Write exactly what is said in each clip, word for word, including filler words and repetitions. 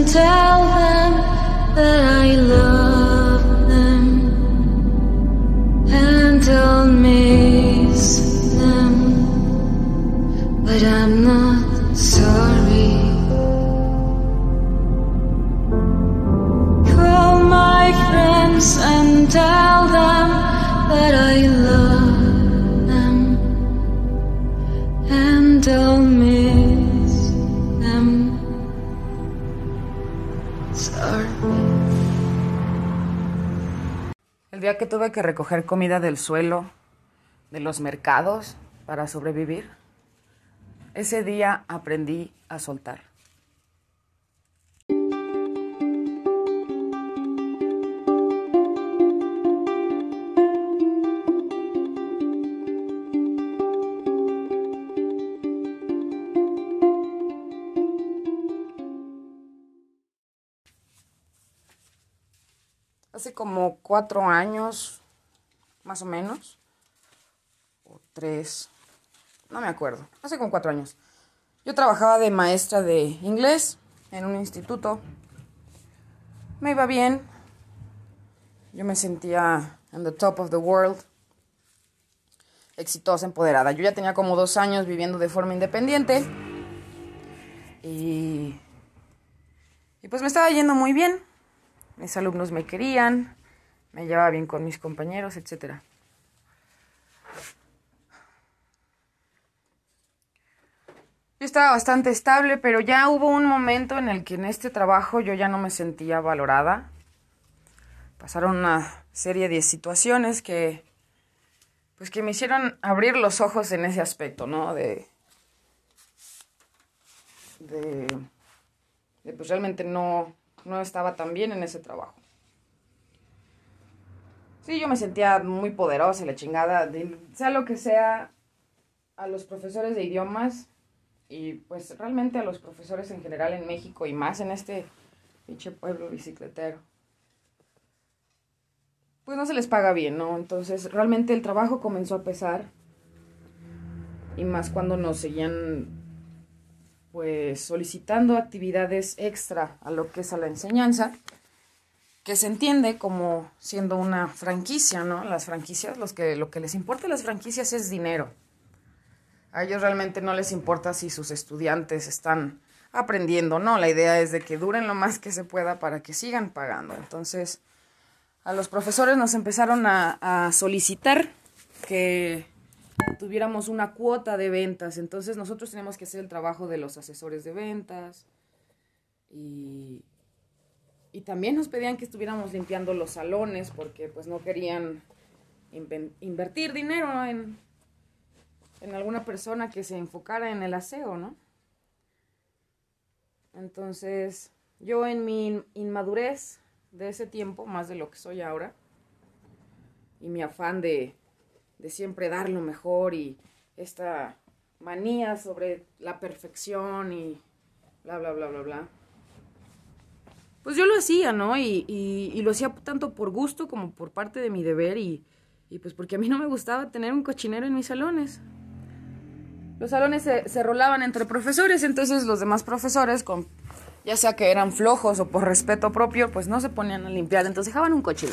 tell them that I love them and I'll miss them, but I'm not sorry. Call my friends and tell them that I love them and I'll miss them. Sorry. El día que tuve que recoger comida del suelo, de los mercados, para sobrevivir, ese día aprendí a soltar. Hace como cuatro años, más o menos, o tres, no me acuerdo, hace como cuatro años. Yo trabajaba de maestra de inglés en un instituto. Me iba bien, yo me sentía on the top of the world, exitosa, empoderada. Yo ya tenía como dos años viviendo de forma independiente y, y pues me estaba yendo muy bien. Mis alumnos me querían, me llevaba bien con mis compañeros, etcétera. Yo estaba bastante estable, pero ya hubo un momento en el que en este trabajo yo ya no me sentía valorada. Pasaron una serie de situaciones que, pues que me hicieron abrir los ojos en ese aspecto, ¿no? De, de, de pues realmente no... no estaba tan bien en ese trabajo. Sí, yo me sentía muy poderosa y la chingada, de, sea lo que sea, a los profesores de idiomas y pues realmente a los profesores en general en México y más en este pinche pueblo bicicletero, pues no se les paga bien, ¿no? Entonces realmente el trabajo comenzó a pesar y más cuando nos seguían pues solicitando actividades extra a lo que es a la enseñanza, que se entiende como siendo una franquicia, ¿no? Las franquicias, los que, lo que les importa a las franquicias es dinero. A ellos realmente no les importa si sus estudiantes están aprendiendo, ¿no? La idea es de que duren lo más que se pueda para que sigan pagando. Entonces, a los profesores nos empezaron a, a solicitar que tuviéramos una cuota de ventas. Entonces nosotros teníamos que hacer el trabajo de los asesores de ventas y, y también nos pedían que estuviéramos limpiando los salones porque pues no querían inven- invertir dinero en, en alguna persona que se enfocara en el aseo, ¿no? Entonces yo en mi inmadurez de ese tiempo, más de lo que soy ahora, y mi afán de de siempre dar lo mejor y esta manía sobre la perfección y bla, bla, bla, bla, bla. Pues yo lo hacía, ¿no? Y, y, y lo hacía tanto por gusto como por parte de mi deber y, y pues porque a mí no me gustaba tener un cochinero en mis salones. Los salones se, se rolaban entre profesores, entonces los demás profesores, con, ya sea que eran flojos o por respeto propio, pues no se ponían a limpiar, entonces dejaban un cochinero.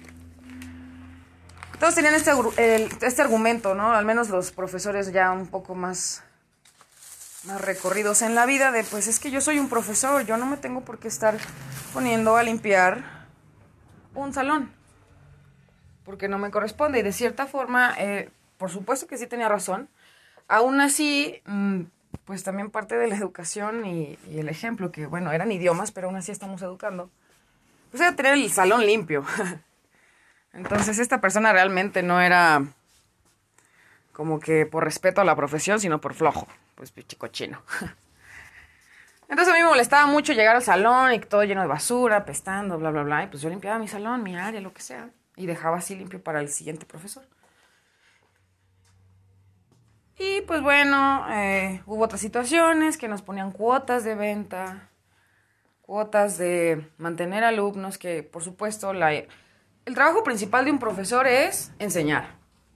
Todos tenían este, el, este argumento, ¿no? Al menos los profesores ya un poco más, más recorridos en la vida de, pues es que yo soy un profesor, yo no me tengo por qué estar poniendo a limpiar un salón, porque no me corresponde. Y de cierta forma, eh, por supuesto que sí tenía razón. Aún así, pues también parte de la educación y, y el ejemplo, que bueno, eran idiomas, pero aún así estamos educando, pues era tener el salón limpio. Entonces esta persona realmente no era como que por respeto a la profesión, sino por flojo, pues pinche cochino. Entonces a mí me molestaba mucho llegar al salón y todo lleno de basura, apestando, bla, bla, bla. Y pues yo limpiaba mi salón, mi área, lo que sea, y dejaba así limpio para el siguiente profesor. Y pues bueno, eh, hubo otras situaciones que nos ponían cuotas de venta, cuotas de mantener alumnos, que por supuesto la... El trabajo principal de un profesor es enseñar.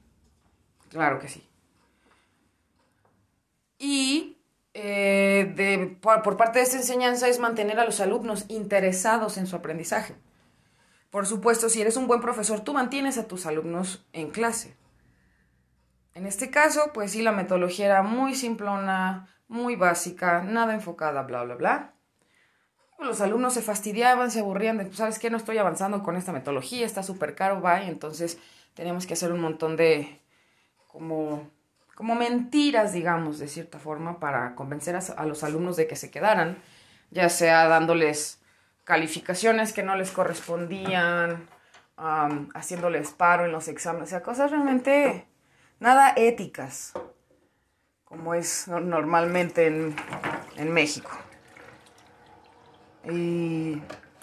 Claro que sí. Y eh, de eh, por, por parte de esta enseñanza es mantener a los alumnos interesados en su aprendizaje. Por supuesto, si eres un buen profesor, tú mantienes a tus alumnos en clase. En este caso, pues sí, la metodología era muy simplona, muy básica, nada enfocada, bla, bla, bla. Los alumnos se fastidiaban, se aburrían de, ¿sabes qué? No estoy avanzando con esta metodología, está súper caro, bye. Entonces teníamos que hacer un montón de como, como mentiras, digamos, de cierta forma, para convencer a, a los alumnos de que se quedaran, ya sea dándoles calificaciones que no les correspondían, um, haciéndoles paro en los exámenes, o sea, cosas realmente nada éticas, como es normalmente en, en México. Y,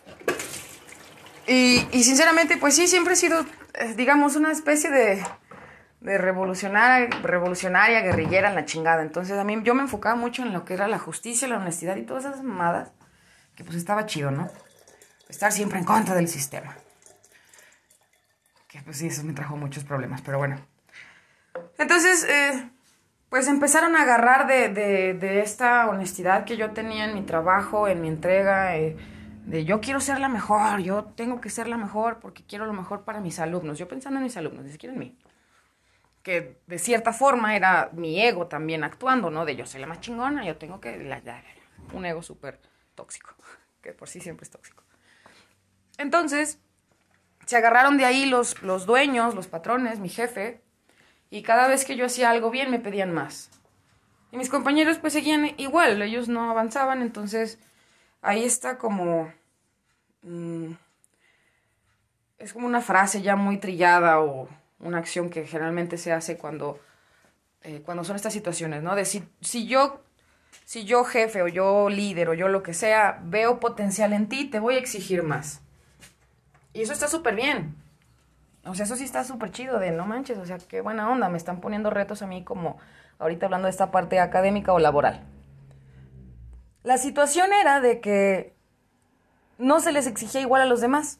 y, y sinceramente, pues sí, siempre he sido, digamos, una especie de, de revolucionaria, revolucionaria, guerrillera en la chingada. Entonces a mí yo me enfocaba mucho en lo que era la justicia, la honestidad y todas esas mamadas, que pues estaba chido, ¿no? Estar siempre en contra del sistema. Que pues sí, eso me trajo muchos problemas, pero bueno. Entonces, eh, pues empezaron a agarrar de, de, de esta honestidad que yo tenía en mi trabajo, en mi entrega, eh, de yo quiero ser la mejor, yo tengo que ser la mejor porque quiero lo mejor para mis alumnos. Yo pensando en mis alumnos, ni siquiera en mí. Que de cierta forma era mi ego también actuando, ¿no? De yo soy la más chingona, yo tengo que... La, la, un ego súper tóxico, que por sí siempre es tóxico. Entonces, se agarraron de ahí los, los dueños, los patrones, mi jefe, y cada vez que yo hacía algo bien me pedían más. Y mis compañeros pues seguían igual, ellos no avanzaban, entonces ahí está como... Mmm, es como una frase ya muy trillada o una acción que generalmente se hace cuando, eh, cuando son estas situaciones, ¿no? De si, si yo... Si yo jefe o yo líder o yo lo que sea, veo potencial en ti, te voy a exigir más. Y eso está súper bien. O sea, eso sí está súper chido de no manches, o sea, qué buena onda. Me están poniendo retos a mí como ahorita hablando de esta parte académica o laboral. La situación era de que no se les exigía igual a los demás.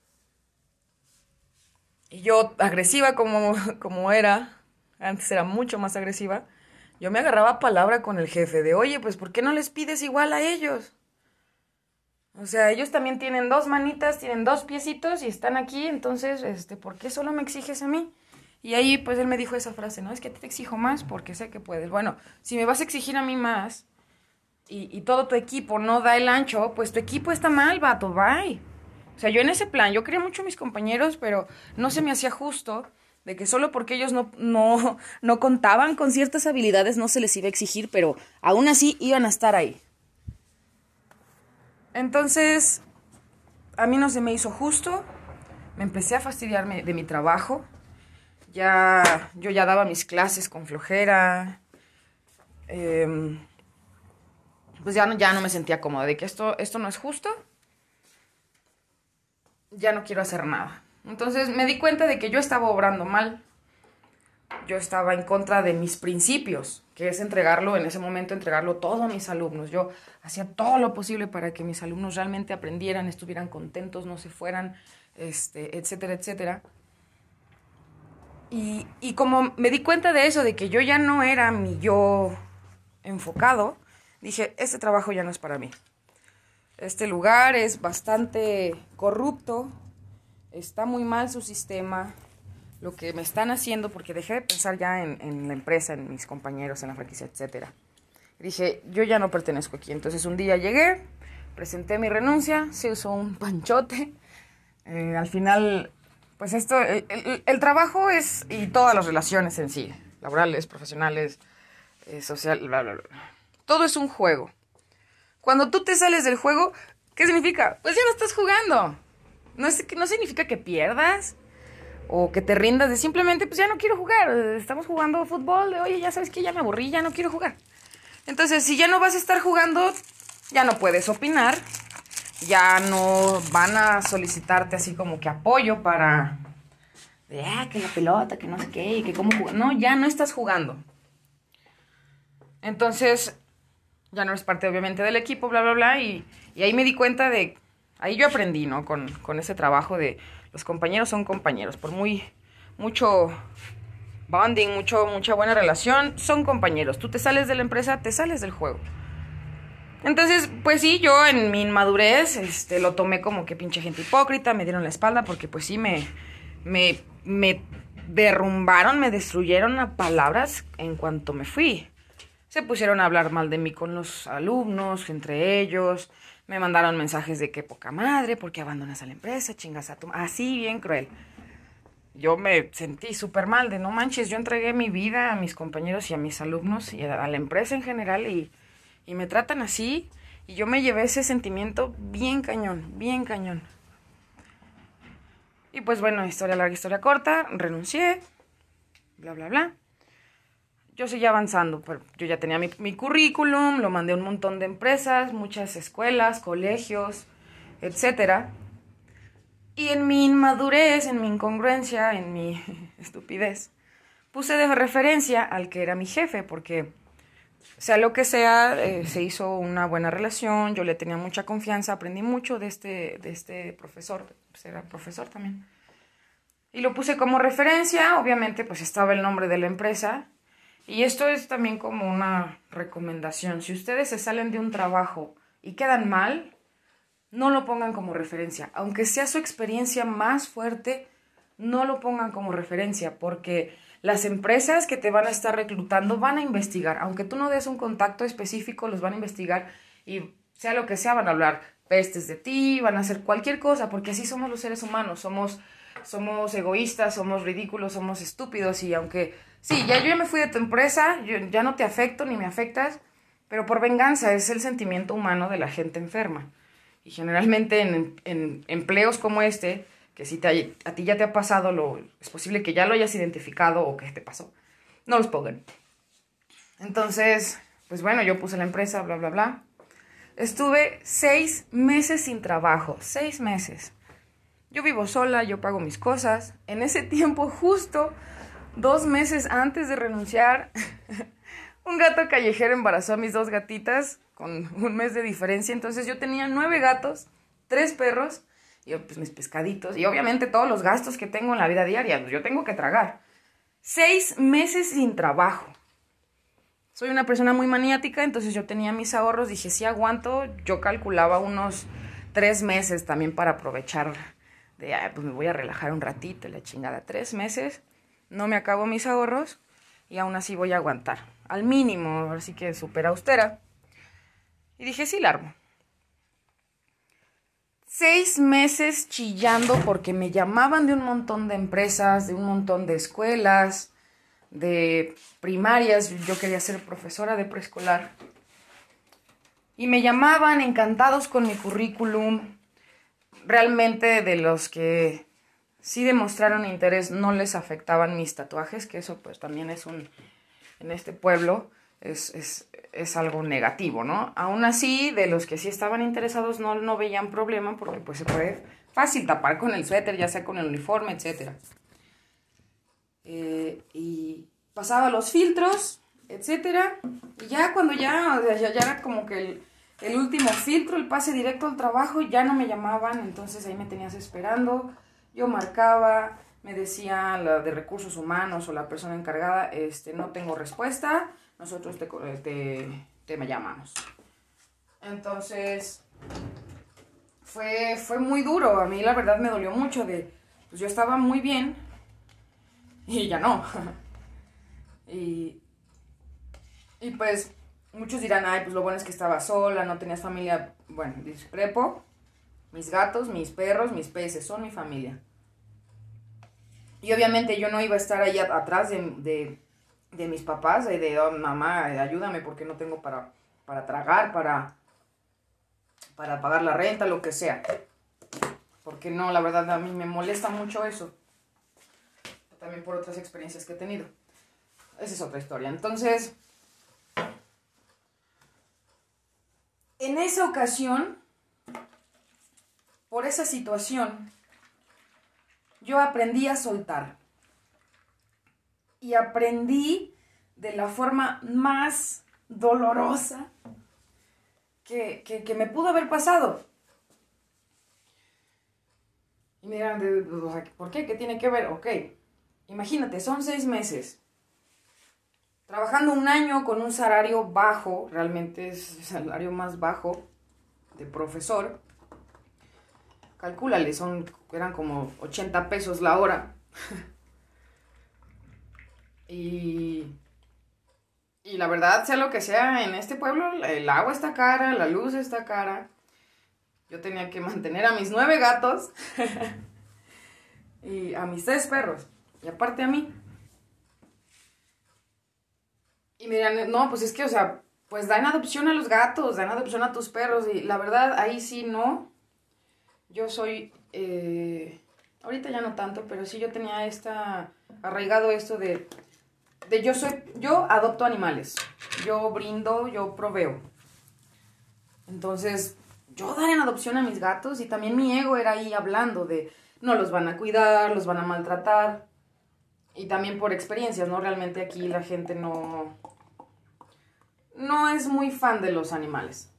Y yo, agresiva como, como era, antes era mucho más agresiva, yo me agarraba a palabra con el jefe de, oye, pues, ¿por qué no les pides igual a ellos? O sea, ellos también tienen dos manitas, tienen dos piecitos y están aquí, entonces, este, ¿por qué solo me exiges a mí? Y ahí, pues, él me dijo esa frase, no, es que te exijo más porque sé que puedes. Bueno, si me vas a exigir a mí más y, y todo tu equipo no da el ancho, pues tu equipo está mal, vato, bye. O sea, yo en ese plan, yo quería mucho a mis compañeros, pero no se me hacía justo de que solo porque ellos no, no, no contaban con ciertas habilidades no se les iba a exigir, pero aún así iban a estar ahí. Entonces, a mí no se me hizo justo, me empecé a fastidiarme de mi trabajo, ya, yo ya daba mis clases con flojera, eh, pues ya no, ya no me sentía cómoda, de que esto, esto no es justo, ya no quiero hacer nada. Entonces me di cuenta de que yo estaba obrando mal, yo estaba en contra de mis principios, que es entregarlo, en ese momento entregarlo todo a mis alumnos. Yo hacía todo lo posible para que mis alumnos realmente aprendieran, estuvieran contentos, no se fueran, este, etcétera, etcétera. Y, y como me di cuenta de eso, de que yo ya no era mi yo enfocado, dije, este trabajo ya no es para mí. Este lugar es bastante corrupto, está muy mal su sistema, lo que me están haciendo, porque dejé de pensar ya en, en la empresa, en mis compañeros, en la franquicia, etcétera. Dije, yo ya no pertenezco aquí. Entonces un día llegué, presenté mi renuncia, se usó un panchote. Eh, al final, pues esto, el, el, el trabajo es, y todas las relaciones en sí, laborales, profesionales, eh, social, bla, bla, bla. Todo es un juego. Cuando tú te sales del juego, ¿qué significa? Pues ya no estás jugando. No, es, no significa que pierdas o que te rindas, de simplemente, pues ya no quiero jugar. Estamos jugando fútbol, de oye, ya sabes que ya me aburrí, ya no quiero jugar. Entonces, si ya no vas a estar jugando, ya no puedes opinar, ya no van a solicitarte así como que apoyo para, de, ah, que la pelota, que no sé qué, que cómo jugar. No, ya no estás jugando. Entonces, ya no eres parte obviamente del equipo, bla, bla, bla, y, y ahí me di cuenta de, ahí yo aprendí, ¿no? Con, con ese trabajo de los compañeros son compañeros, por muy, mucho bonding, mucho, mucha buena relación, son compañeros. Tú te sales de la empresa, te sales del juego. Entonces, pues sí, yo en mi inmadurez este, lo tomé como que pinche gente hipócrita, me dieron la espalda porque pues sí me, me, me derrumbaron, me destruyeron a palabras en cuanto me fui. Se pusieron a hablar mal de mí con los alumnos, entre ellos, me mandaron mensajes de que poca madre, porque abandonas a la empresa, chingas a tu... Así, bien cruel. Yo me sentí súper mal de no manches, yo entregué mi vida a mis compañeros y a mis alumnos y a la empresa en general y... Y me tratan así, y yo me llevé ese sentimiento bien cañón, bien cañón. Y pues bueno, historia larga, historia corta, renuncié, bla, bla, bla. Yo seguía avanzando, pero yo ya tenía mi, mi currículum, lo mandé a un montón de empresas, muchas escuelas, colegios, etcétera. Y en mi inmadurez, en mi incongruencia, en mi estupidez, puse de referencia al que era mi jefe, porque... sea lo que sea, eh, se hizo una buena relación, yo le tenía mucha confianza, aprendí mucho de este, de este profesor, pues era profesor también. Y lo puse como referencia, obviamente pues estaba el nombre de la empresa. Y esto es también como una recomendación, si ustedes se salen de un trabajo y quedan mal, no lo pongan como referencia. Aunque sea su experiencia más fuerte, no lo pongan como referencia, porque... las empresas que te van a estar reclutando van a investigar, aunque tú no des un contacto específico, los van a investigar y sea lo que sea, van a hablar pestes de ti, van a hacer cualquier cosa, porque así somos los seres humanos, somos, somos egoístas, somos ridículos, somos estúpidos y aunque, sí, ya yo ya me fui de tu empresa, yo ya no te afecto ni me afectas, pero por venganza es el sentimiento humano de la gente enferma. Y generalmente en, en empleos como este... que si te, a ti ya te ha pasado, lo, es posible que ya lo hayas identificado o que te pasó. No los pongan. Entonces, pues bueno, yo puse la empresa, bla, bla, bla. Estuve seis meses sin trabajo, seis meses. Yo vivo sola, yo pago mis cosas. En ese tiempo, justo dos meses antes de renunciar, un gato callejero embarazó a mis dos gatitas con un mes de diferencia. Entonces yo tenía nueve gatos, tres perros, y pues mis pescaditos, y obviamente todos los gastos que tengo en la vida diaria, yo tengo que tragar. Seis meses sin trabajo. Soy una persona muy maniática, entonces yo tenía mis ahorros, dije, sí aguanto, yo calculaba unos tres meses también para aprovechar, de, ay, pues me voy a relajar un ratito, la chingada, tres meses, no me acabo mis ahorros, y aún así voy a aguantar, al mínimo, así que súper austera. Y dije, sí, la armo. Seis meses chillando porque me llamaban de un montón de empresas, de un montón de escuelas, de primarias. Yo quería ser profesora de preescolar. Y me llamaban encantados con mi currículum. Realmente de los que sí demostraron interés no les afectaban mis tatuajes, que eso pues también es un... en este pueblo... Es, es, es algo negativo, ¿no? Aún así, de los que sí estaban interesados no, no veían problema porque pues se puede fácil tapar con el suéter, ya sea con el uniforme, etcétera. Eh, y pasaba los filtros, etcétera. Y ya cuando ya, ya, ya era como que el, el último filtro, el pase directo al trabajo, ya no me llamaban, entonces ahí me tenías esperando. Yo marcaba, me decía la de recursos humanos o la persona encargada, este, no tengo respuesta, nosotros te, te, te llamamos. Entonces, fue, fue muy duro. A mí la verdad me dolió mucho de, pues yo estaba muy bien y ya no. y, y pues muchos dirán, ay, pues lo bueno es que estaba sola, no tenías familia. Bueno, discrepo. Mis gatos, mis perros, mis peces son mi familia. Y obviamente yo no iba a estar ahí atrás de... de de mis papás, de, de oh, mamá, ayúdame porque no tengo para, para tragar, para, para pagar la renta, lo que sea. Porque no, la verdad a mí me molesta mucho eso. También por otras experiencias que he tenido. Esa es otra historia. Entonces, en esa ocasión, por esa situación, yo aprendí a soltar. Y aprendí de la forma más dolorosa que, que, que me pudo haber pasado. Y me dirán, ¿por qué? ¿Qué tiene que ver? Ok, imagínate, son seis meses. trabajando un año con un salario bajo, realmente es el salario más bajo de profesor. Calcúlale, son, eran como ochenta pesos la hora. y, y la verdad, sea lo que sea, en este pueblo el agua está cara, la luz está cara. Yo tenía que mantener a mis nueve gatos y a mis tres perros. Y aparte a mí. Y me dirán, no, pues es que, o sea, pues da en adopción a los gatos, da en adopción a tus perros. Y la verdad, ahí sí no. Yo soy, eh, ahorita ya no tanto, pero sí yo tenía esta, arraigado esto de, de yo soy, yo adopto animales. Yo brindo, yo proveo. Entonces, yo dar en adopción a mis gatos y también mi ego era ahí hablando de, no los van a cuidar, los van a maltratar. Y también por experiencias, ¿no? Realmente aquí la gente no, no es muy fan de los animales.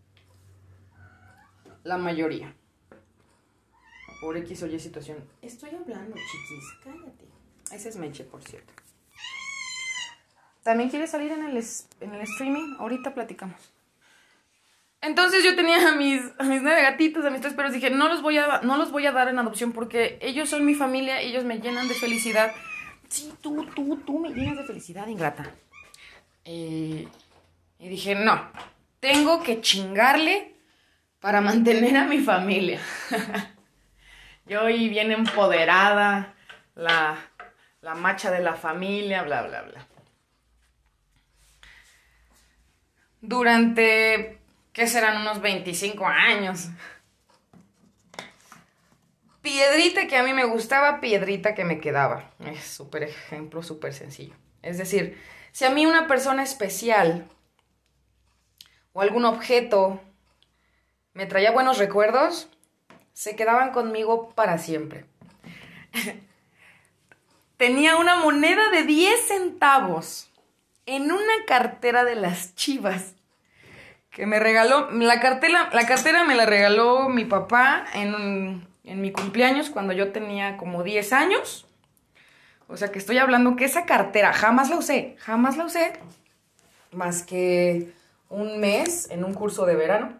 La mayoría. Por X o Y situación. Estoy hablando, chiquis, cállate. Ese es Meche, por cierto. ¿También quieres salir en el, en el streaming? Ahorita platicamos. Entonces yo tenía a mis, a mis nueve gatitos, a mis tres perros. Dije, no los, voy a, no los voy a dar en adopción porque ellos son mi familia, ellos me llenan de felicidad. Sí, tú, tú, tú me llenas de felicidad, ingrata. Y, y dije, no, tengo que chingarle para mantener a mi familia. Yo ahí bien empoderada, la, la macha de la familia, bla, bla, bla. Durante, ¿qué serán? Unos veinticinco años. Piedrita que a mí me gustaba, piedrita que me quedaba. Es súper ejemplo, súper sencillo. Es decir, si a mí una persona especial o algún objeto me traía buenos recuerdos, se quedaban conmigo para siempre. Tenía una moneda de diez centavos en una cartera de las Chivas que me regaló. La cartera, la cartera me la regaló mi papá en, un, en mi cumpleaños cuando yo tenía como diez años. O sea que estoy hablando que esa cartera jamás la usé, jamás la usé, más que un mes en un curso de verano.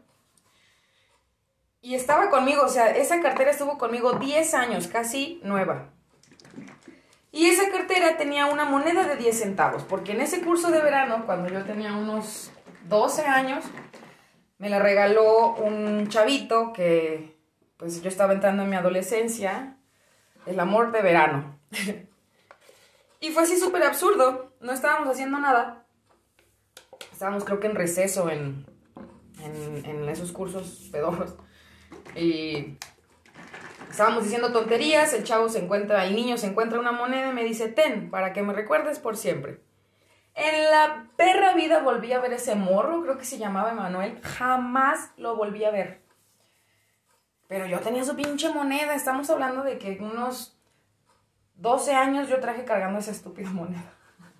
Y estaba conmigo, o sea, esa cartera estuvo conmigo diez años, casi nueva. Y esa cartera tenía una moneda de diez centavos, porque en ese curso de verano, cuando yo tenía unos doce años, me la regaló un chavito que, pues yo estaba entrando en mi adolescencia, el amor de verano. Y fue así súper absurdo, no estábamos haciendo nada. Estábamos creo que en receso en, en, en esos cursos pedorros. Y estábamos diciendo tonterías, el chavo se encuentra, el niño se encuentra una moneda y me dice, ten, para que me recuerdes por siempre. En la perra vida volví a ver ese morro, creo que se llamaba Emanuel, jamás lo volví a ver. Pero yo tenía su pinche moneda, estamos hablando de que unos doce años yo traje cargando esa estúpida moneda.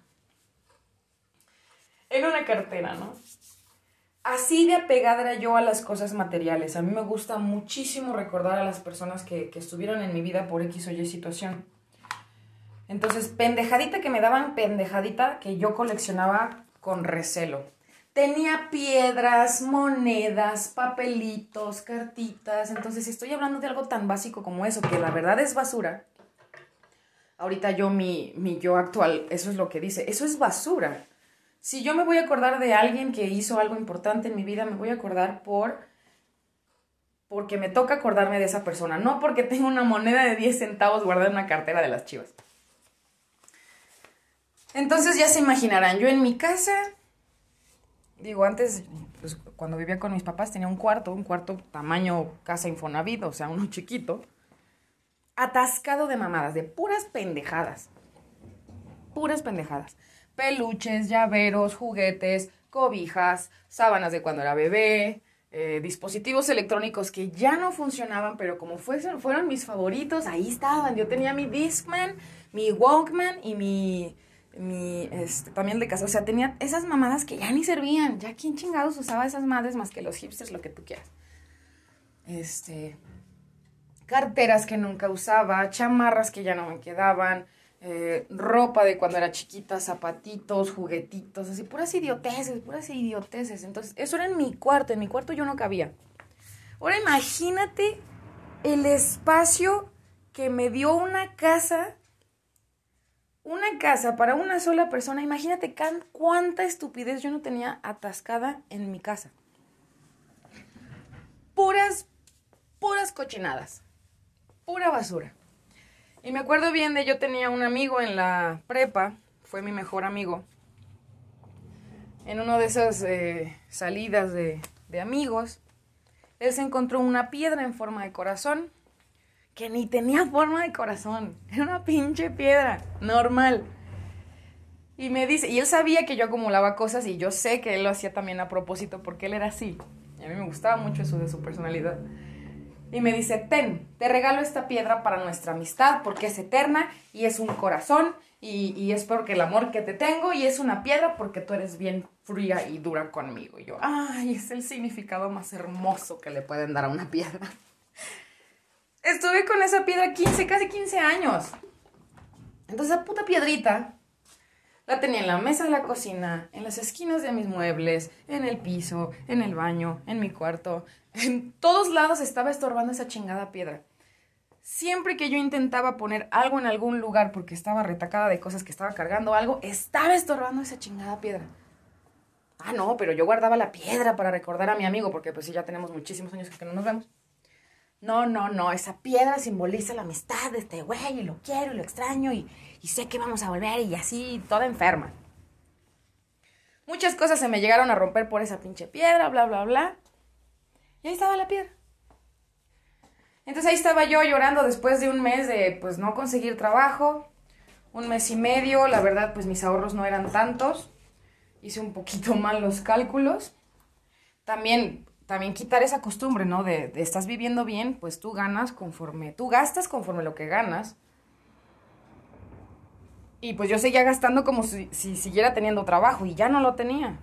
En una cartera, ¿no? Así de apegada era yo a las cosas materiales. A mí me gusta muchísimo recordar a las personas que, que estuvieron en mi vida por X o Y situación. Entonces, pendejadita que me daban, pendejadita que yo coleccionaba con recelo. Tenía piedras, monedas, papelitos, cartitas. Entonces, estoy hablando de algo tan básico como eso, que la verdad es basura. Ahorita yo, mi, mi yo actual, eso es lo que dice. Eso es basura. Si yo me voy a acordar de alguien que hizo algo importante en mi vida, me voy a acordar por porque me toca acordarme de esa persona, no porque tengo una moneda de diez centavos guardada en una cartera de las Chivas. Entonces ya se imaginarán, yo en mi casa, digo, antes, pues, cuando vivía con mis papás, tenía un cuarto, un cuarto tamaño casa Infonavit, o sea, uno chiquito, atascado de mamadas, de puras pendejadas, puras pendejadas. Peluches, llaveros, juguetes, cobijas, sábanas de cuando era bebé, eh, dispositivos electrónicos que ya no funcionaban, pero como fueron, fueron mis favoritos, ahí estaban. Yo tenía mi Discman, mi Walkman y mi, mi este, también de casa. O sea, tenía esas mamadas que ya ni servían. Ya quién chingados usaba esas madres más que los hipsters, lo que tú quieras. Este, carteras que nunca usaba, chamarras que ya no me quedaban, eh, ropa de cuando era chiquita, zapatitos, juguetitos, así, puras idioteces, puras idioteces. Entonces, eso era en mi cuarto, en mi cuarto yo no cabía. Ahora imagínate el espacio que me dio una casa, una casa para una sola persona. Imagínate can, cuánta estupidez yo no tenía atascada en mi casa. Puras, puras cochinadas, pura basura. Y me acuerdo bien de, yo tenía un amigo en la prepa, fue mi mejor amigo, en una de esas eh, salidas de, de amigos, él se encontró una piedra en forma de corazón, que ni tenía forma de corazón, era una pinche piedra, normal. Y me dice, y él sabía que yo acumulaba cosas, y yo sé que él lo hacía también a propósito, porque él era así, y a mí me gustaba mucho eso de su personalidad. Y me dice, ten, te regalo esta piedra para nuestra amistad, porque es eterna, y es un corazón, y, y es porque el amor que te tengo, y es una piedra porque tú eres bien fría y dura conmigo. Y yo, ay, es el significado más hermoso que le pueden dar a una piedra. Estuve con esa piedra quince, casi quince años. Entonces esa puta piedrita la tenía en la mesa de la cocina, en las esquinas de mis muebles, en el piso, en el baño, en mi cuarto. En todos lados estaba estorbando esa chingada piedra. Siempre que yo intentaba poner algo en algún lugar porque estaba retacada de cosas que estaba cargando algo, estaba estorbando esa chingada piedra. Ah, no, pero yo guardaba la piedra para recordar a mi amigo, porque pues sí, ya tenemos muchísimos años que no nos vemos. No, no, no, esa piedra simboliza la amistad de este güey, y lo quiero, y lo extraño, y, y sé que vamos a volver, y así, toda enferma. Muchas cosas se me llegaron a romper por esa pinche piedra, bla, bla, bla. Y ahí estaba la piedra. Entonces ahí estaba yo llorando después de un mes de, pues, no conseguir trabajo. Un mes y medio, la verdad, pues, mis ahorros no eran tantos. Hice un poquito mal los cálculos. También... También quitar esa costumbre, ¿no? De, de estás viviendo bien, pues tú ganas conforme, tú gastas conforme lo que ganas. Y pues yo seguía gastando como si, si siguiera teniendo trabajo, y ya no lo tenía.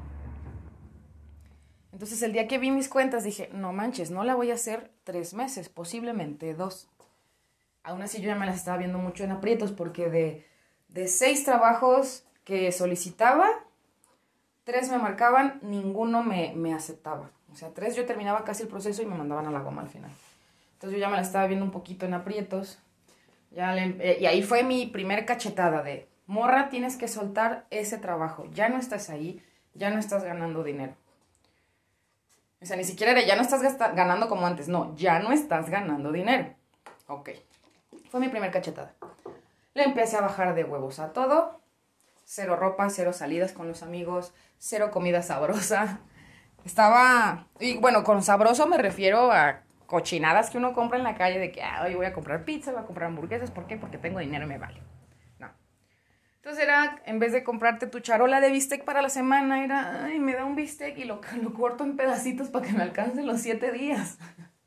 Entonces el día que vi mis cuentas dije, no manches, no la voy a hacer tres meses, posiblemente dos. Aún así yo ya me las estaba viendo mucho en aprietos, porque de, de seis trabajos que solicitaba, tres me marcaban, ninguno me, me aceptaba. O sea, tres yo terminaba casi el proceso y me mandaban a la goma al final. Entonces yo ya me la estaba viendo un poquito en aprietos. Ya le, eh, y ahí fue mi primer cachetada de, morra, tienes que soltar ese trabajo. Ya no estás ahí, ya no estás ganando dinero. O sea, ni siquiera era, ya no estás gasta, ganando como antes. No, ya no estás ganando dinero. Ok. Fue mi primer cachetada. Le empecé a bajar de huevos a todo. Cero ropa, cero salidas con los amigos, cero comida sabrosa. Estaba, y bueno, con sabroso me refiero a cochinadas que uno compra en la calle de que, ah, hoy voy a comprar pizza, voy a comprar hamburguesas, ¿por qué? Porque tengo dinero y me vale. No. Entonces era, en vez de comprarte tu charola de bistec para la semana, era, ay, me da un bistec y lo, lo corto en pedacitos para que me alcancen los siete días.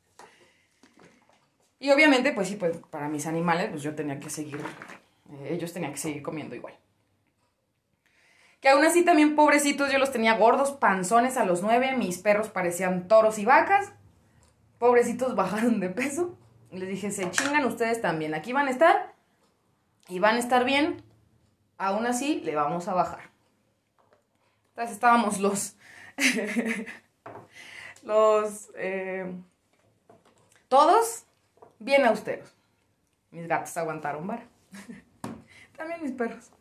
Y obviamente, pues sí, pues para mis animales, pues yo tenía que seguir, eh, ellos tenían que seguir comiendo igual. Que aún así también, pobrecitos, yo los tenía gordos, panzones a los nueve, mis perros parecían toros y vacas. Pobrecitos bajaron de peso. Y les dije, se chingan ustedes también, aquí van a estar y van a estar bien. Aún así, le vamos a bajar. Entonces estábamos los... los... Eh, todos bien austeros. Mis gatos aguantaron vara. También mis perros.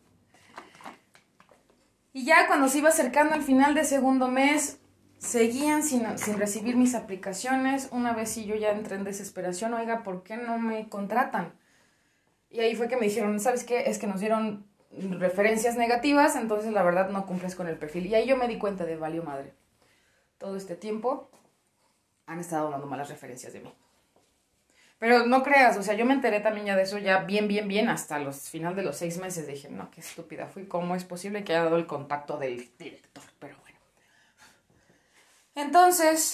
Y ya cuando se iba acercando al final de segundo mes, seguían sin, sin recibir mis aplicaciones. Una vez sí yo ya entré en desesperación, oiga, ¿por qué no me contratan? Y ahí fue que me dijeron, ¿sabes qué? Es que nos dieron referencias negativas, entonces la verdad no cumples con el perfil. Y ahí yo me di cuenta de, valió madre. Todo este tiempo han estado dando malas referencias de mí. Pero no creas, o sea, yo me enteré también ya de eso ya bien, bien, bien hasta los final de los seis meses. Dije, no, qué estúpida fui, ¿cómo es posible que haya dado el contacto del director? Pero bueno. Entonces,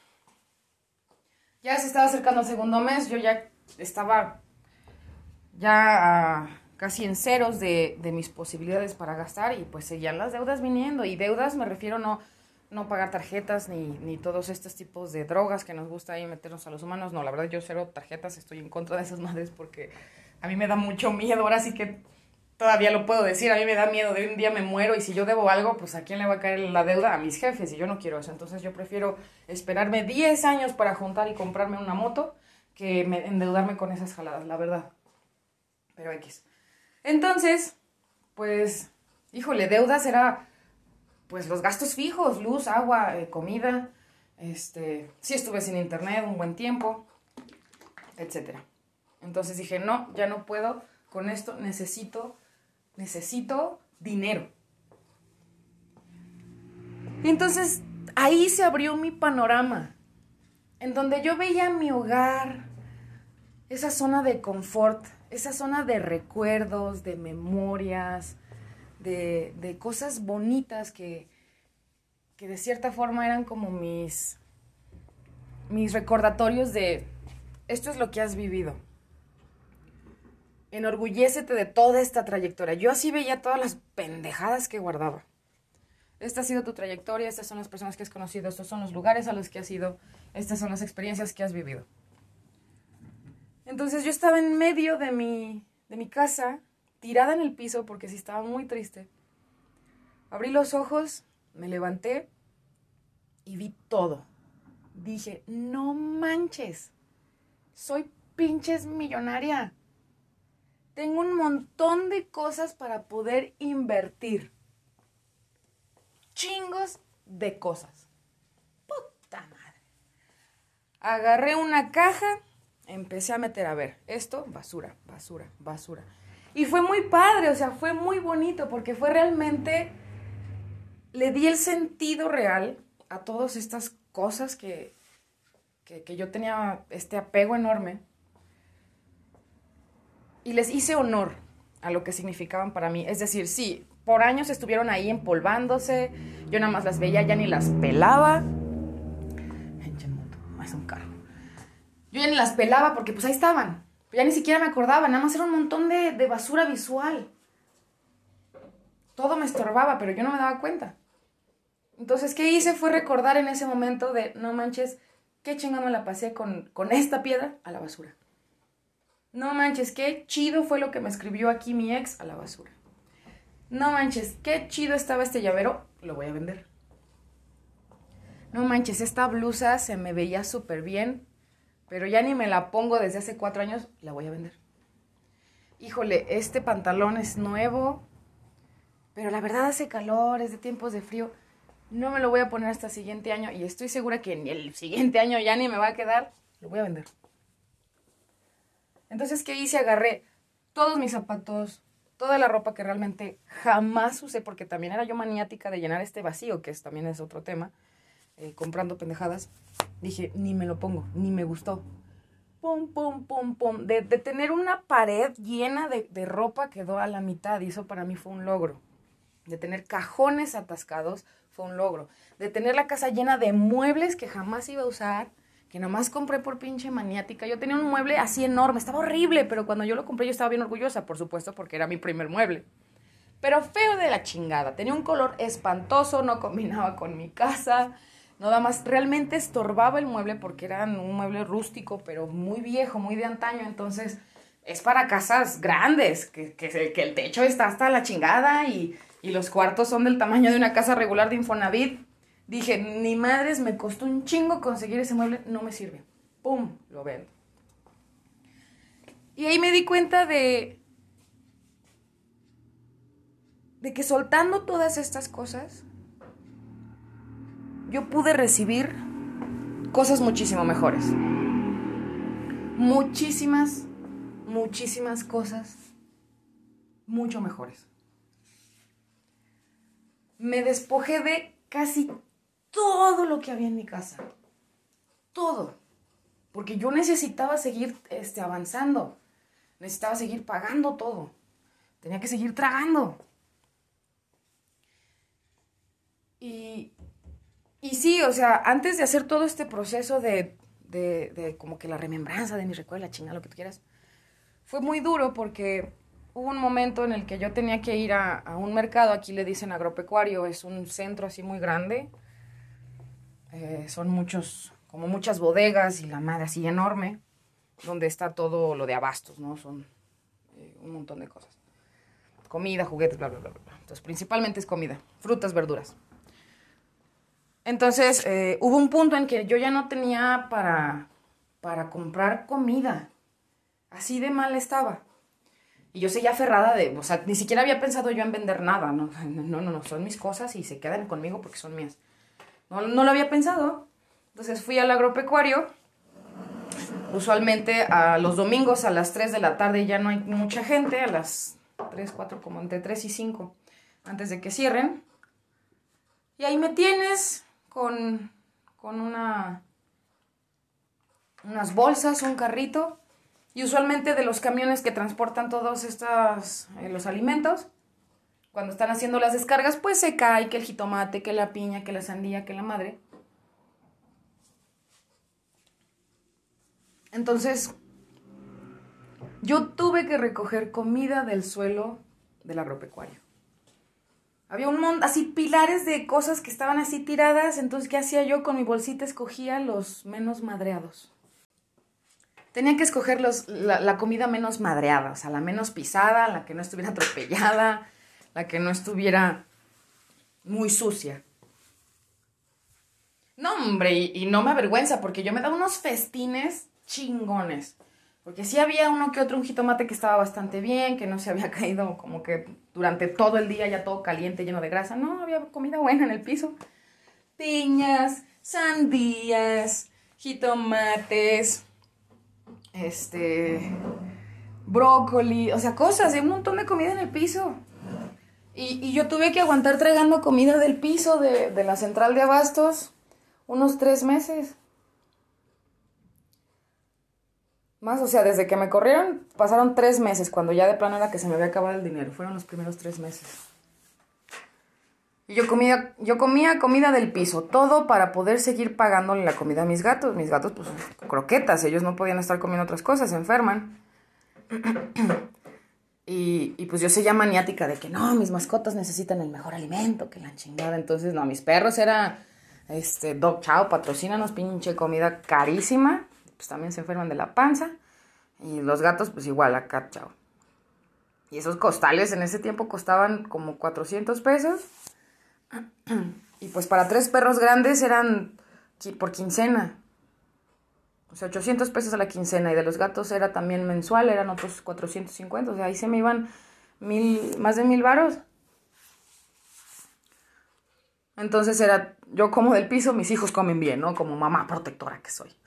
ya se estaba acercando el segundo mes, yo ya estaba ya uh, casi en ceros de, de mis posibilidades para gastar y pues seguían las deudas viniendo. Y deudas me refiero no... no pagar tarjetas, ni, ni todos estos tipos de drogas que nos gusta ahí meternos a los humanos. No, la verdad yo cero tarjetas, estoy en contra de esas madres porque a mí me da mucho miedo, ahora sí que todavía lo puedo decir, a mí me da miedo de un día me muero y si yo debo algo, pues ¿a quién le va a caer la deuda? A mis jefes y yo no quiero eso. Entonces yo prefiero esperarme diez años para juntar y comprarme una moto que me, endeudarme con esas jaladas, la verdad. Pero X. Entonces, pues, híjole, deudas era pues los gastos fijos, luz, agua, eh, comida, este, sí estuve sin internet un buen tiempo, etcétera. Entonces dije, no, ya no puedo con esto, necesito, necesito dinero. Y entonces ahí se abrió mi panorama, en donde yo veía mi hogar, esa zona de confort, esa zona de recuerdos, de memorias, de, de cosas bonitas que, que de cierta forma eran como mis, mis recordatorios de esto es lo que has vivido. Enorgullécete de toda esta trayectoria. Yo así veía todas las pendejadas que guardaba. Esta ha sido tu trayectoria, estas son las personas que has conocido, estos son los lugares a los que has ido, estas son las experiencias que has vivido. Entonces yo estaba en medio de mi, de mi casa, tirada en el piso porque sí estaba muy triste. Abrí los ojos, me levanté y vi todo. Dije, no manches, soy pinches millonaria. Tengo un montón de cosas para poder invertir. Chingos de cosas. Puta madre. Agarré una caja, empecé a meter, a ver, esto, basura, basura, basura. Y fue muy padre, o sea, fue muy bonito porque fue realmente, le di el sentido real a todas estas cosas que, que, que yo tenía este apego enorme. Y les hice honor a lo que significaban para mí. Es decir, sí, por años estuvieron ahí empolvándose. Yo nada más las veía, ya ni las pelaba. Es un carro. Yo ya ni las pelaba porque pues ahí estaban. Ya ni siquiera me acordaba. Nada más era un montón de, de basura visual. Todo me estorbaba, pero yo no me daba cuenta. Entonces, ¿qué hice? Fue recordar en ese momento de, no manches, qué chingón me la pasé con, con esta piedra a la basura. No manches, qué chido fue lo que me escribió aquí mi ex a la basura. No manches, qué chido estaba este llavero, lo voy a vender. No manches, esta blusa se me veía súper bien, pero ya ni me la pongo desde hace cuatro años, la voy a vender. Híjole, este pantalón es nuevo, pero la verdad hace calor, es de tiempos de frío. No me lo voy a poner hasta el siguiente año y estoy segura que en el siguiente año ya ni me va a quedar, lo voy a vender. Entonces, ¿qué hice? Agarré todos mis zapatos, toda la ropa que realmente jamás usé, porque también era yo maniática de llenar este vacío, que es, también es otro tema, eh, comprando pendejadas. Dije, ni me lo pongo, ni me gustó. Pum, pum, pum, pum. De, de tener una pared llena de, de ropa quedó a la mitad y eso para mí fue un logro. De tener cajones atascados fue un logro. De tener la casa llena de muebles que jamás iba a usar, que nomás compré por pinche maniática. Yo tenía un mueble así enorme, estaba horrible, pero cuando yo lo compré yo estaba bien orgullosa, por supuesto, porque era mi primer mueble. Pero feo de la chingada, tenía un color espantoso, no combinaba con mi casa, nada más realmente estorbaba el mueble porque era un mueble rústico, pero muy viejo, muy de antaño, entonces es para casas grandes, que, que, que el techo está hasta la chingada y, y los cuartos son del tamaño de una casa regular de Infonavit. Dije, ni madres, me costó un chingo conseguir ese mueble, no me sirve. ¡Pum! Lo vendo. Y ahí me di cuenta de, de que soltando todas estas cosas, yo pude recibir cosas muchísimo mejores. Muchísimas, muchísimas cosas mucho mejores. Me despojé de casi todo lo que había en mi casa. Todo. Porque yo necesitaba seguir este, avanzando. Necesitaba seguir pagando todo. Tenía que seguir tragando. Y, y sí, o sea, antes de hacer todo este proceso de, de, de como que la remembranza de mi recuerdo, la chingada, lo que tú quieras, fue muy duro porque hubo un momento en el que yo tenía que ir a, a un mercado, aquí le dicen agropecuario, es un centro así muy grande. Eh, son muchos, como muchas bodegas y la madre así enorme, donde está todo lo de abastos, ¿no? Son un montón de cosas. Comida, juguetes, bla, bla, bla, bla. Entonces, principalmente es comida, frutas, verduras. Entonces, eh, hubo un punto en que yo ya no tenía para, para comprar comida. Así de mal estaba. Y yo seguía aferrada de, o sea, ni siquiera había pensado yo en vender nada. No, no, no, no, son mis cosas y se quedan conmigo porque son mías. No, no lo había pensado. Entonces fui al agropecuario. Usualmente a los domingos a las tres de la tarde ya no hay mucha gente. A las tres, cuatro, como entre tres y cinco, antes de que cierren. Y ahí me tienes con, con una, unas bolsas, un carrito. Y usualmente de los camiones que transportan todos estos, eh, los alimentos, cuando están haciendo las descargas, pues se cae que el jitomate, que la piña, que la sandía, que la madre. Entonces, yo tuve que recoger comida del suelo del agropecuario. Había un montón, así pilares de cosas que estaban así tiradas, entonces, ¿qué hacía yo? Con mi bolsita escogía los menos madreados. Tenía que escoger los, la, la comida menos madreada, o sea, la menos pisada, la que no estuviera atropellada, la que no estuviera muy sucia. No, hombre, y, y no me avergüenza, porque yo me daba unos festines chingones. Porque sí había uno que otro, un jitomate que estaba bastante bien, que no se había caído como que durante todo el día ya todo caliente, lleno de grasa. No, había comida buena en el piso. Piñas, sandías, jitomates, este, brócoli, o sea, cosas, hay un montón de comida en el piso. Y, y yo tuve que aguantar tragando comida del piso de, de la central de abastos unos tres meses. Más, o sea, desde que me corrieron, pasaron tres meses, cuando ya de plano era que se me había acabado el dinero. Fueron los primeros tres meses. Y yo comía, yo comía comida del piso, todo para poder seguir pagándole la comida a mis gatos. Mis gatos, pues, croquetas, ellos no podían estar comiendo otras cosas, se enferman. Y, y pues yo seguía maniática de que no, mis mascotas necesitan el mejor alimento, que la chingada. Entonces, no, mis perros era, este, Dog Chow, patrocínanos, pinche comida carísima. Pues también se enferman de la panza. Y los gatos, pues igual, a Cat Chow. Y esos costales en ese tiempo costaban como cuatrocientos pesos. Y pues para tres perros grandes eran por quincena. O sea, ochocientos pesos a la quincena. Y de los gatos era también mensual, eran otros cuatrocientos cincuenta. O sea, ahí se me iban mil, más de mil varos. Entonces era, yo como del piso, mis hijos comen bien, ¿no? Como mamá protectora que soy.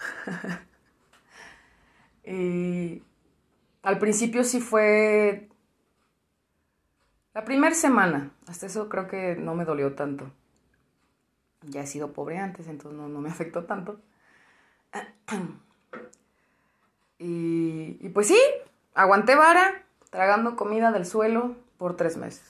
Y al principio sí fue la primera semana. Hasta eso creo que no me dolió tanto. Ya he sido pobre antes, entonces no, no me afectó tanto. Y, y pues sí, aguanté vara, tragando comida del suelo por tres meses.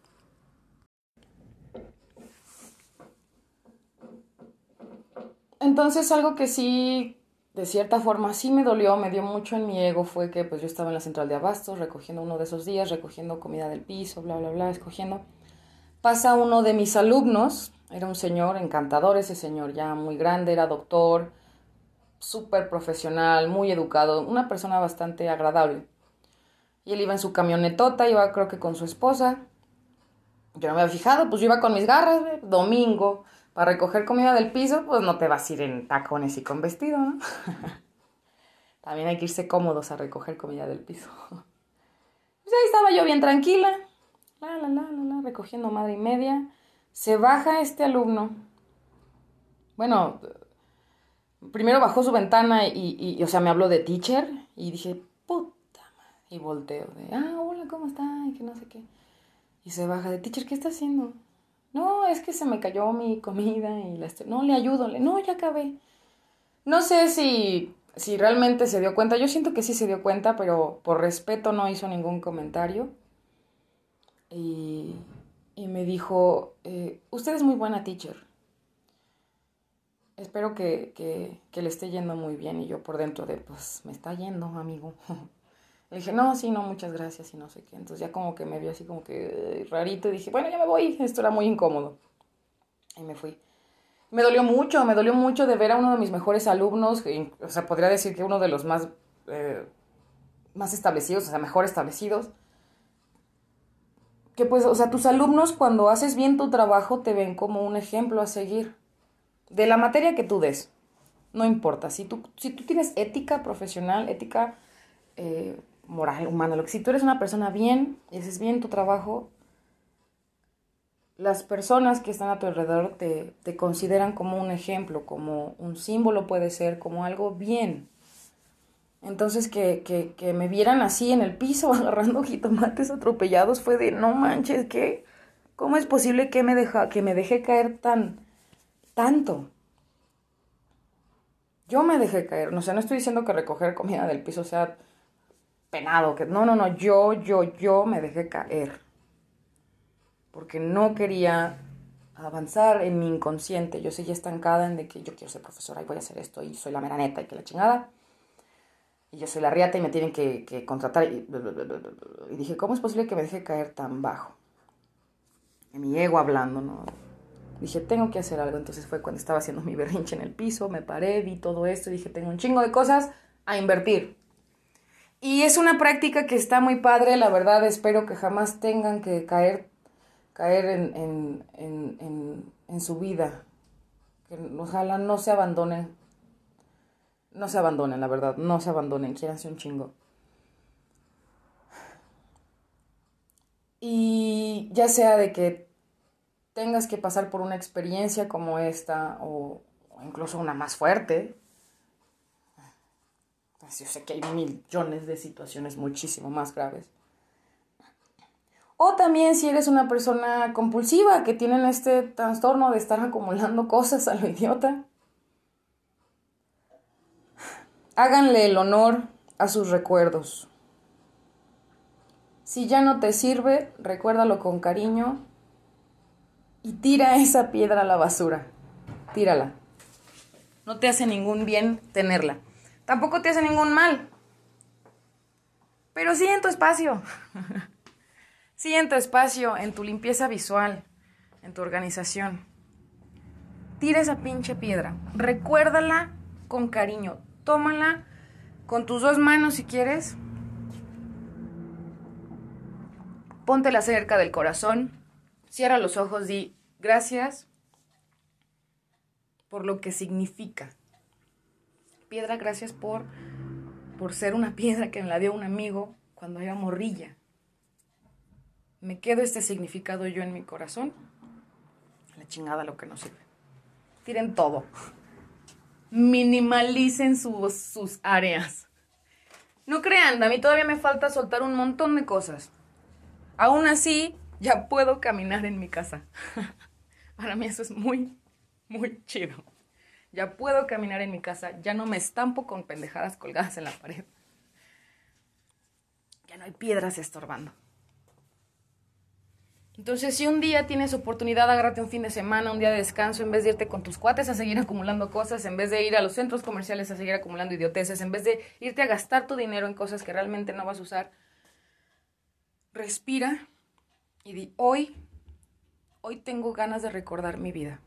Entonces algo que sí, de cierta forma, sí me dolió, me dio mucho en mi ego, fue que pues yo estaba en la central de abastos, recogiendo uno de esos días, recogiendo comida del piso, bla, bla, bla, escogiendo. Pasa uno de mis alumnos, era un señor encantador, ese señor ya muy grande, era doctor, súper profesional, muy educado, una persona bastante agradable. Y él iba en su camionetota, iba creo que con su esposa. Yo no me había fijado, pues yo iba con mis garras, ¿ve? Domingo, para recoger comida del piso, pues no te vas a ir en tacones y con vestido, ¿no? También hay que irse cómodos a recoger comida del piso. Pues ahí estaba yo bien tranquila, la, la, la, la, la, recogiendo madre y media. Se baja este alumno. Bueno, primero bajó su ventana y, y, y o sea, me habló de teacher. Y dije, puta madre. Y volteo de, ah, hola, ¿cómo está? Y que no sé qué. Y se baja de, teacher, ¿qué está haciendo? No, es que se me cayó mi comida y la estoy... No, le ayudo. Le... No, ya acabé. No sé si, si realmente se dio cuenta. Yo siento que sí se dio cuenta, pero por respeto no hizo ningún comentario. Y, y me dijo, eh, usted es muy buena teacher. Espero que, que, que le esté yendo muy bien. Y yo por dentro de, pues, me está yendo, amigo. Le dije, no, sí, no, muchas gracias y no sé qué. Entonces ya como que me vio así como que rarito y dije, bueno, ya me voy. Esto era muy incómodo. Y me fui. Me dolió mucho, me dolió mucho de ver a uno de mis mejores alumnos, que, o sea, podría decir que uno de los más eh, más establecidos, o sea, mejor establecidos. Que pues, o sea, tus alumnos cuando haces bien tu trabajo te ven como un ejemplo a seguir. De la materia que tú des. No importa. Si tú, si tú tienes ética profesional, ética eh, moral, humana, lo que si tú eres una persona bien y haces bien tu trabajo, las personas que están a tu alrededor te, te consideran como un ejemplo, como un símbolo puede ser, como algo bien. Entonces que, que, que me vieran así en el piso agarrando jitomates atropellados fue de no manches, ¿qué? ¿Cómo es posible que me, deja, que me dejé caer tan, tanto? Yo me dejé caer, no sé, no estoy diciendo que recoger comida del piso sea penado, que no, no, no, yo, yo, yo me dejé caer. Porque no quería avanzar en mi inconsciente, yo seguía estancada en de que yo quiero ser profesora y voy a hacer esto y soy la mera neta y que la chingada. Y yo soy la riata y me tienen que, que contratar. Y, y dije, ¿cómo es posible que me deje caer tan bajo? Y mi ego hablando, ¿no? Dije, tengo que hacer algo. Entonces fue cuando estaba haciendo mi berrinche en el piso, me paré, vi todo esto y dije, tengo un chingo de cosas a invertir. Y es una práctica que está muy padre, la verdad, espero que jamás tengan que caer, caer en, en, en, en, en su vida. Que ojalá no se abandonen. No se abandonen, la verdad, no se abandonen, quiéranse un chingo. Y ya sea de que tengas que pasar por una experiencia como esta o, o incluso una más fuerte, pues yo sé que hay millones de situaciones muchísimo más graves. O también si eres una persona compulsiva que tiene este trastorno de estar acumulando cosas a lo idiota, háganle el honor a sus recuerdos. Si ya no te sirve, recuérdalo con cariño y tira esa piedra a la basura. Tírala. No te hace ningún bien tenerla. Tampoco te hace ningún mal. Pero sí en tu espacio. Sí en tu espacio, en tu limpieza visual, en tu organización. Tira esa pinche piedra. Recuérdala con cariño. Tómala con tus dos manos si quieres. Póntela cerca del corazón. Cierra los ojos, di gracias por lo que significa. Piedra, gracias por, por ser una piedra que me la dio un amigo cuando era morrilla. Me quedo este significado yo en mi corazón. La chingada lo que no sirve. Tiren todo. Minimalicen sus, sus áreas. No crean, a mí todavía me falta soltar un montón de cosas. Aún así, ya puedo caminar en mi casa. Para mí eso es muy, muy chido. Ya puedo caminar en mi casa. Ya no me estampo con pendejadas colgadas en la pared. Ya no hay piedras estorbando. Entonces, si un día tienes oportunidad, agárrate un fin de semana, un día de descanso, en vez de irte con tus cuates a seguir acumulando cosas, en vez de ir a los centros comerciales a seguir acumulando idioteces, en vez de irte a gastar tu dinero en cosas que realmente no vas a usar, respira y di, hoy, hoy tengo ganas de recordar mi vida.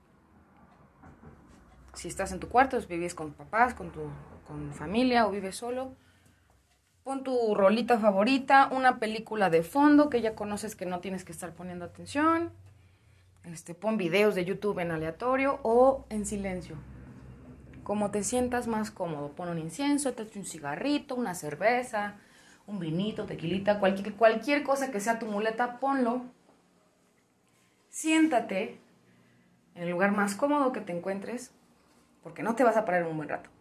Si estás en tu cuarto, vives con papás, con tu con familia o vives solo, pon tu rolita favorita, una película de fondo que ya conoces que no tienes que estar poniendo atención. Este, pon videos de YouTube en aleatorio o en silencio. Como te sientas más cómodo. Pon un incienso, échate un cigarrito, una cerveza, un vinito, tequilita, cualquier, cualquier cosa que sea tu muleta, ponlo. Siéntate en el lugar más cómodo que te encuentres, porque no te vas a parar en un buen rato.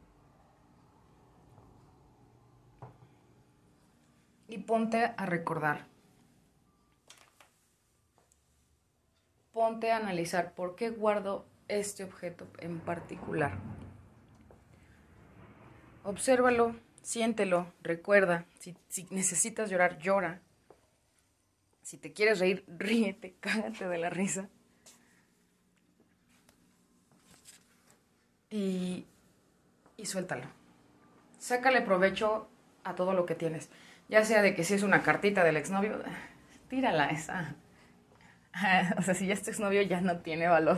Y ponte a recordar. Ponte a analizar por qué guardo este objeto en particular. Obsérvalo, siéntelo, recuerda. Si, si necesitas llorar, llora. Si te quieres reír, ríete, cágate de la risa. Y, y suéltalo. Sácale provecho a todo lo que tienes. Ya sea de que si es una cartita del exnovio, tírala esa. O sea, si ya es tu exnovio, ya no tiene valor.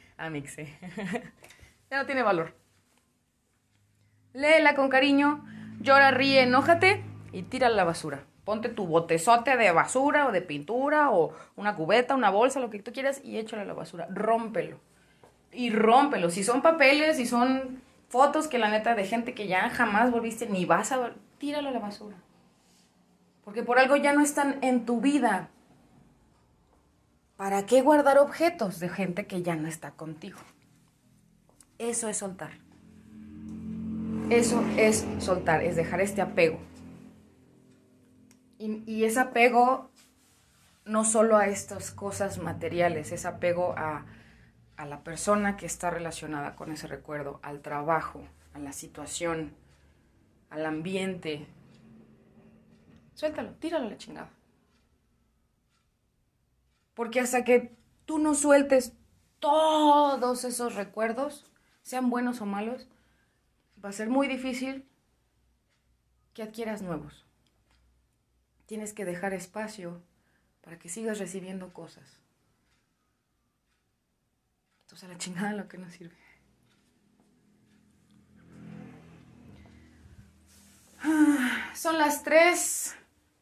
Amixe. Ya no tiene valor. Léela con cariño, Llora, ríe, enójate y tira a la basura. Ponte tu botezote de basura o de pintura o una cubeta, una bolsa, lo que tú quieras y échalo a la basura. Rómpelo. Y rómpelo. Si son papeles, si son fotos que la neta de gente que ya jamás volviste ni vas a ver, tíralo a la basura. Porque por algo ya no están en tu vida. ¿Para qué guardar objetos de gente que ya no está contigo? Eso es soltar. Eso es soltar, es dejar este apego. Y, y ese apego no solo a estas cosas materiales, es apego a, a la persona que está relacionada con ese recuerdo, al trabajo, a la situación, al ambiente. Suéltalo, tíralo a la chingada. Porque hasta que tú no sueltes todos esos recuerdos, sean buenos o malos, va a ser muy difícil que adquieras nuevos. Tienes que dejar espacio para que sigas recibiendo cosas. Entonces a la chingada lo que no sirve. Ah, son las tres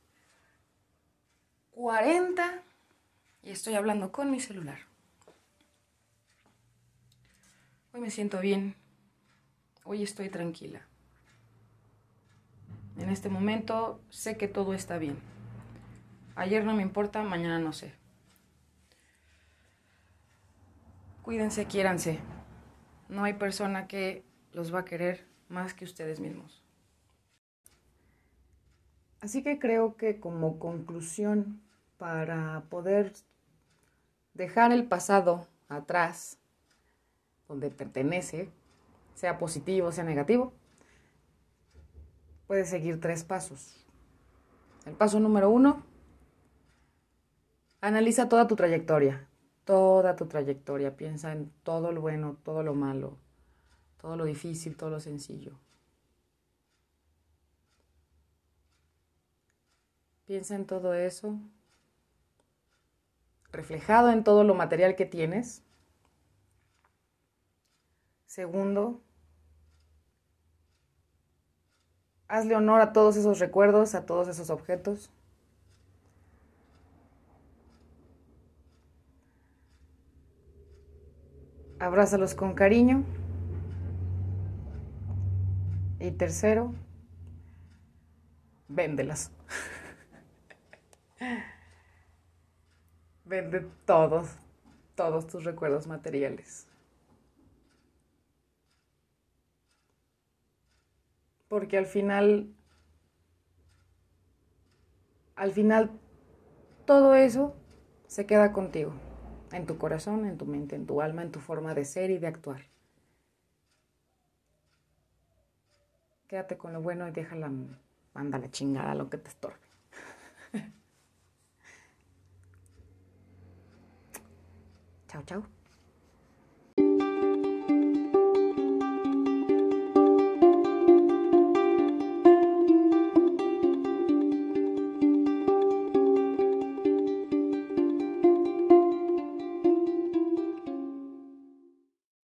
cuarenta y estoy hablando con mi celular. Hoy me siento bien. Hoy estoy tranquila. En este momento sé que todo está bien. Ayer no me importa, mañana no sé. Cuídense, quiéranse. No hay persona que los va a querer más que ustedes mismos. Así que creo que como conclusión, para poder dejar el pasado atrás, donde pertenece, sea positivo, sea negativo, puedes seguir tres pasos. El paso número uno, analiza toda tu trayectoria, toda tu trayectoria. Piensa en todo lo bueno, todo lo malo, todo lo difícil, todo lo sencillo. Piensa en todo eso, reflejado en todo lo material que tienes. Segundo, hazle honor a todos esos recuerdos, a todos esos objetos. Abrázalos con cariño. Y tercero, véndelas. Vende todos, todos tus recuerdos materiales. Porque al final, al final, todo eso se queda contigo. En tu corazón, en tu mente, en tu alma, en tu forma de ser y de actuar. Quédate con lo bueno y déjala, manda la chingada lo que te estorbe. Chao, chao.